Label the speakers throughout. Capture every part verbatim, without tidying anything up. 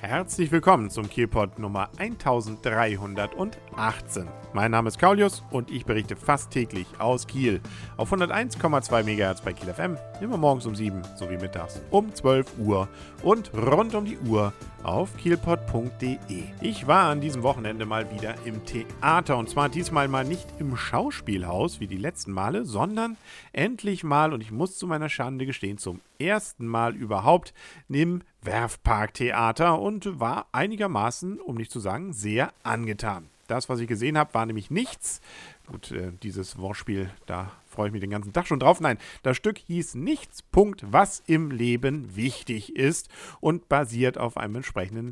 Speaker 1: Herzlich willkommen zum Kielpot Nummer eintausenddreihundertachtzehn. Mein Name ist Kaulius und ich berichte fast täglich aus Kiel auf hunderteins Komma zwei Megahertz bei Kiel F M, immer morgens um sieben sowie mittags um zwölf Uhr und rund um die Uhr auf kielpot punkt de. Ich war an diesem Wochenende mal wieder im Theater und zwar diesmal mal nicht im Schauspielhaus wie die letzten Male, sondern endlich mal, und ich muss zu meiner Schande gestehen, zum ersten Mal überhaupt im Werfparktheater und war einigermaßen, um nicht zu sagen, sehr angetan. Das, was ich gesehen habe, war nämlich nichts. Gut, äh, dieses Wortspiel, da freue ich mich den ganzen Tag schon drauf. Nein, das Stück hieß Nichts, Punkt, was im Leben wichtig ist und basiert auf einem entsprechenden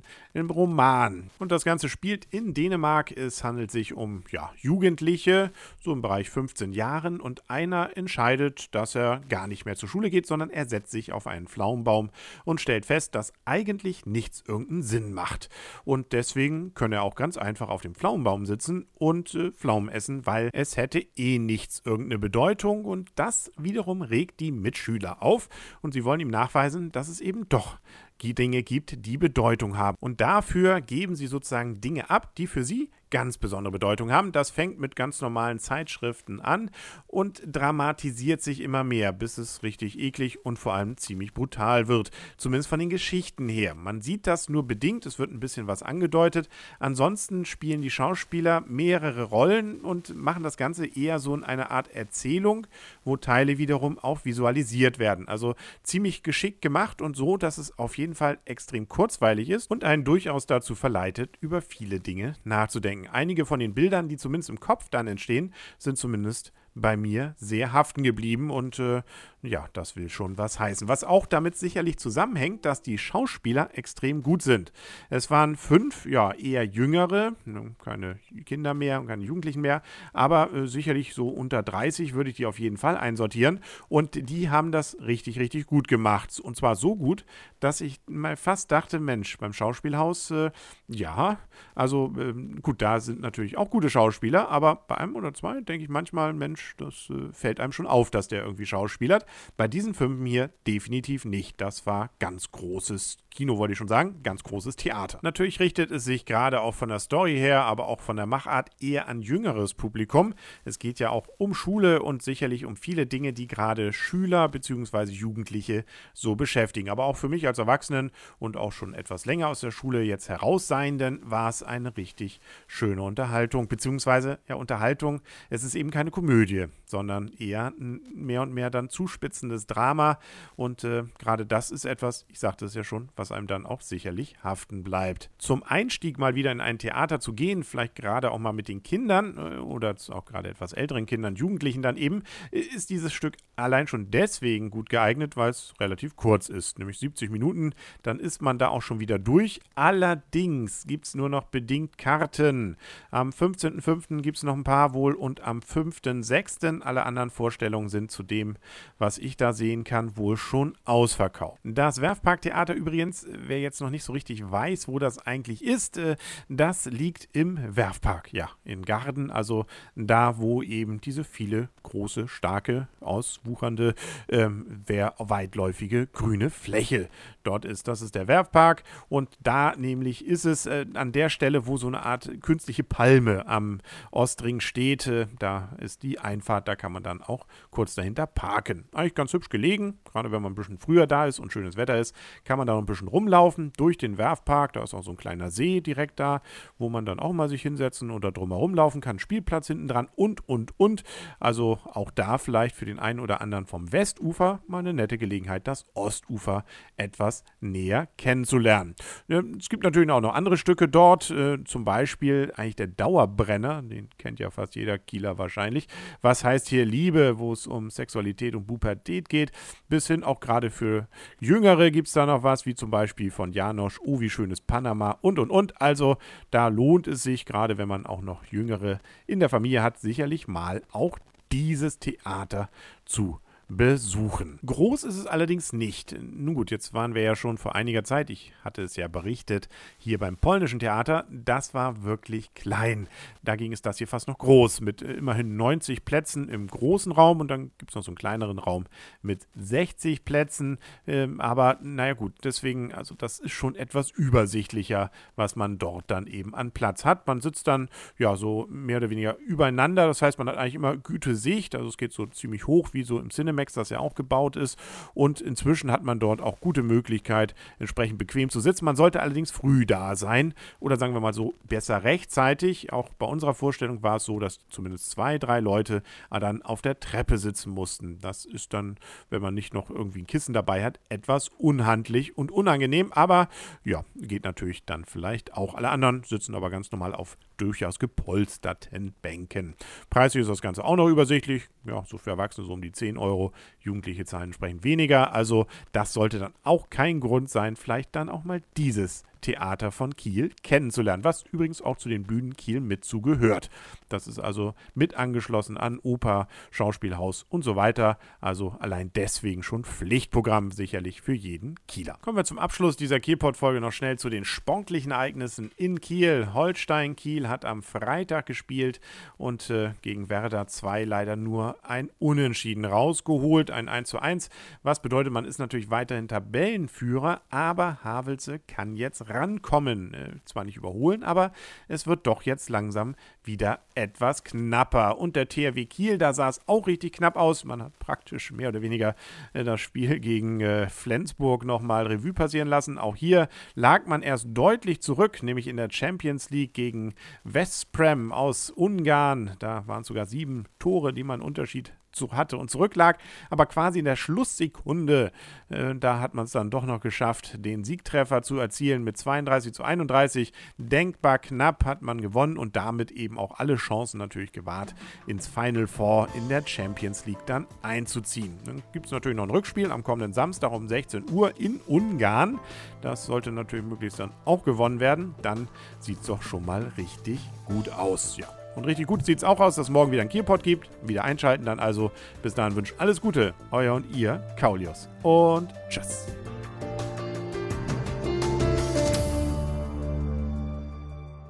Speaker 1: Roman. Und das Ganze spielt in Dänemark. Es handelt sich um ja, Jugendliche, so im Bereich fünfzehn Jahren. Und einer entscheidet, dass er gar nicht mehr zur Schule geht, sondern er setzt sich auf einen Pflaumenbaum und stellt fest, dass eigentlich nichts irgendeinen Sinn macht. Und deswegen könne er auch ganz einfach auf dem Pflaumenbaum sitzen und äh, Pflaumen essen, weil es hätte eh nichts irgendeine Bedeutung. Und das wiederum regt die Mitschüler auf und sie wollen ihm nachweisen, dass es eben doch Dinge gibt, die Bedeutung haben. Und dafür geben sie sozusagen Dinge ab, die für sie ganz besondere Bedeutung haben. Das fängt mit ganz normalen Zeitschriften an und dramatisiert sich immer mehr, bis es richtig eklig und vor allem ziemlich brutal wird. Zumindest von den Geschichten her. Man sieht das nur bedingt, es wird ein bisschen was angedeutet. Ansonsten spielen die Schauspieler mehrere Rollen und machen das Ganze eher so in einer Art Erzählung, wo Teile wiederum auch visualisiert werden. Also ziemlich geschickt gemacht und so, dass es auf jeden Fall extrem kurzweilig ist und einen durchaus dazu verleitet, über viele Dinge nachzudenken. Einige von den Bildern, die zumindest im Kopf dann entstehen, sind zumindest bei mir sehr haften geblieben und äh, ja, das will schon was heißen. Was auch damit sicherlich zusammenhängt, dass die Schauspieler extrem gut sind. Es waren fünf, ja, eher jüngere, keine Kinder mehr und keine Jugendlichen mehr, aber äh, sicherlich so unter dreißig würde ich die auf jeden Fall einsortieren und die haben das richtig, richtig gut gemacht. Und zwar so gut, dass ich mal fast dachte, Mensch, beim Schauspielhaus, äh, ja, also äh, gut, da sind natürlich auch gute Schauspieler, aber bei einem oder zwei denke ich manchmal, Mensch, das äh, fällt einem schon auf, dass der irgendwie schauspielert. Bei diesen Fünfen hier definitiv nicht. Das war ganz großes Kino, wollte ich schon sagen, ganz großes Theater. Natürlich richtet es sich gerade auch von der Story her, aber auch von der Machart eher an jüngeres Publikum. Es geht ja auch um Schule und sicherlich um viele Dinge, die gerade Schüler bzw. Jugendliche so beschäftigen. Aber auch für mich als Erwachsenen und auch schon etwas länger aus der Schule jetzt Herausseienden war es eine richtig schöne Unterhaltung, beziehungsweise ja Unterhaltung, es ist eben keine Komödie, sondern eher ein mehr und mehr dann zuspitzendes Drama und äh, gerade das ist etwas, ich sagte es ja schon, was einem dann auch sicherlich haften bleibt. Zum Einstieg mal wieder in ein Theater zu gehen, vielleicht gerade auch mal mit den Kindern äh, oder auch gerade etwas älteren Kindern, Jugendlichen dann eben, ist dieses Stück allein schon deswegen gut geeignet, weil es relativ kurz ist, nämlich siebzig Minuten, dann ist man da auch schon wieder durch. Allerdings gibt es nur noch bedingt Karten. Am fünfzehnten fünften gibt es noch ein paar wohl und am fünften sechsten alle anderen Vorstellungen sind zu dem, was ich da sehen kann, wohl schon ausverkauft. Das Werfparktheater übrigens, wer jetzt noch nicht so richtig weiß, wo das eigentlich ist, das liegt im Werfpark, ja, in Garden, also da, wo eben diese viele große, starke, auswuchernde, ähm, weitläufige grüne Fläche dort ist. Das ist der Werfpark und da nämlich ist es äh, an der Stelle, wo so eine Art künstliche Palme am Ostring steht, äh, da ist die Einfahrt, da kann man dann auch kurz dahinter parken. Eigentlich ganz hübsch gelegen, gerade wenn man ein bisschen früher da ist und schönes Wetter ist, kann man da noch ein bisschen rumlaufen durch den Werfpark, da ist auch so ein kleiner See direkt da, wo man dann auch mal sich hinsetzen oder drumherum laufen kann, Spielplatz hinten dran und, und, und. Also auch da vielleicht für den einen oder anderen vom Westufer mal eine nette Gelegenheit, das Ostufer etwas näher kennenzulernen. Es gibt natürlich auch noch andere Stücke dort, äh, zum Beispiel eigentlich der Dauerbrenner, den kennt ja fast jeder Kieler wahrscheinlich. Was heißt hier Liebe, wo es um Sexualität und Pubertät geht, bis hin auch gerade für Jüngere gibt es da noch was, wie zum Beispiel von Janosch, Oh, wie schönes Panama und, und, und. Also da lohnt es sich, gerade wenn man auch noch Jüngere in der Familie hat, sicherlich mal auch dieses Theater zu besuchen. Groß ist es allerdings nicht. Nun gut, jetzt waren wir ja schon vor einiger Zeit, ich hatte es ja berichtet, hier beim polnischen Theater. Das war wirklich klein. Da ging es das hier fast noch groß, mit immerhin neunzig Plätzen im großen Raum und dann gibt es noch so einen kleineren Raum mit sechzig Plätzen. Ähm, aber naja gut, deswegen, also das ist schon etwas übersichtlicher, was man dort dann eben an Platz hat. Man sitzt dann ja so mehr oder weniger übereinander. Das heißt, man hat eigentlich immer gute Sicht. Also es geht so ziemlich hoch, wie so im Cinemax, das ja auch gebaut ist. Und inzwischen hat man dort auch gute Möglichkeit, entsprechend bequem zu sitzen. Man sollte allerdings früh da sein oder sagen wir mal so besser rechtzeitig. Auch bei unserer Vorstellung war es so, dass zumindest zwei, drei Leute dann auf der Treppe sitzen mussten. Das ist dann, wenn man nicht noch irgendwie ein Kissen dabei hat, etwas unhandlich und unangenehm. Aber ja, geht natürlich dann vielleicht auch. Alle anderen sitzen aber ganz normal auf durchaus gepolsterten Bänken. Preislich ist das Ganze auch noch übersichtlich. Ja, so für Erwachsene so um die zehn Euro. Jugendliche zahlen entsprechend weniger. Also das sollte dann auch kein Grund sein, vielleicht dann auch mal dieses Theater von Kiel kennenzulernen, was übrigens auch zu den Bühnen Kiel mit zugehört. Das ist also mit angeschlossen an Oper, Schauspielhaus und so weiter. Also allein deswegen schon Pflichtprogramm sicherlich für jeden Kieler. Kommen wir zum Abschluss dieser Kielpot-Folge noch schnell zu den sportlichen Ereignissen in Kiel. Holstein Kiel hat am Freitag gespielt und äh, gegen Werder zwei leider nur ein Unentschieden rausgeholt, ein eins zu eins. Was bedeutet, man ist natürlich weiterhin Tabellenführer, aber Havelse kann jetzt rankommen. Äh, zwar nicht überholen, aber es wird doch jetzt langsam wieder etwas knapper. Und der T H W Kiel, da sah es auch richtig knapp aus. Man hat praktisch mehr oder weniger äh, das Spiel gegen äh, Flensburg nochmal Revue passieren lassen. Auch hier lag man erst deutlich zurück, nämlich in der Champions League gegen Veszprem aus Ungarn. Da waren es sogar sieben Tore, die man Unterschied hatte und zurücklag, aber quasi in der Schlusssekunde, äh, da hat man es dann doch noch geschafft, den Siegtreffer zu erzielen mit zweiunddreißig zu einunddreißig. Denkbar knapp hat man gewonnen und damit eben auch alle Chancen natürlich gewahrt, ins Final Four in der Champions League dann einzuziehen. Dann gibt es natürlich noch ein Rückspiel am kommenden Samstag um sechzehn Uhr in Ungarn. Das sollte natürlich möglichst dann auch gewonnen werden. Dann sieht es doch schon mal richtig gut aus, ja. Und richtig gut sieht es auch aus, dass es morgen wieder ein Kielpot gibt. Wieder einschalten dann also. Bis dahin wünsche ich alles Gute. Euer und ihr, Kaulius. Und tschüss.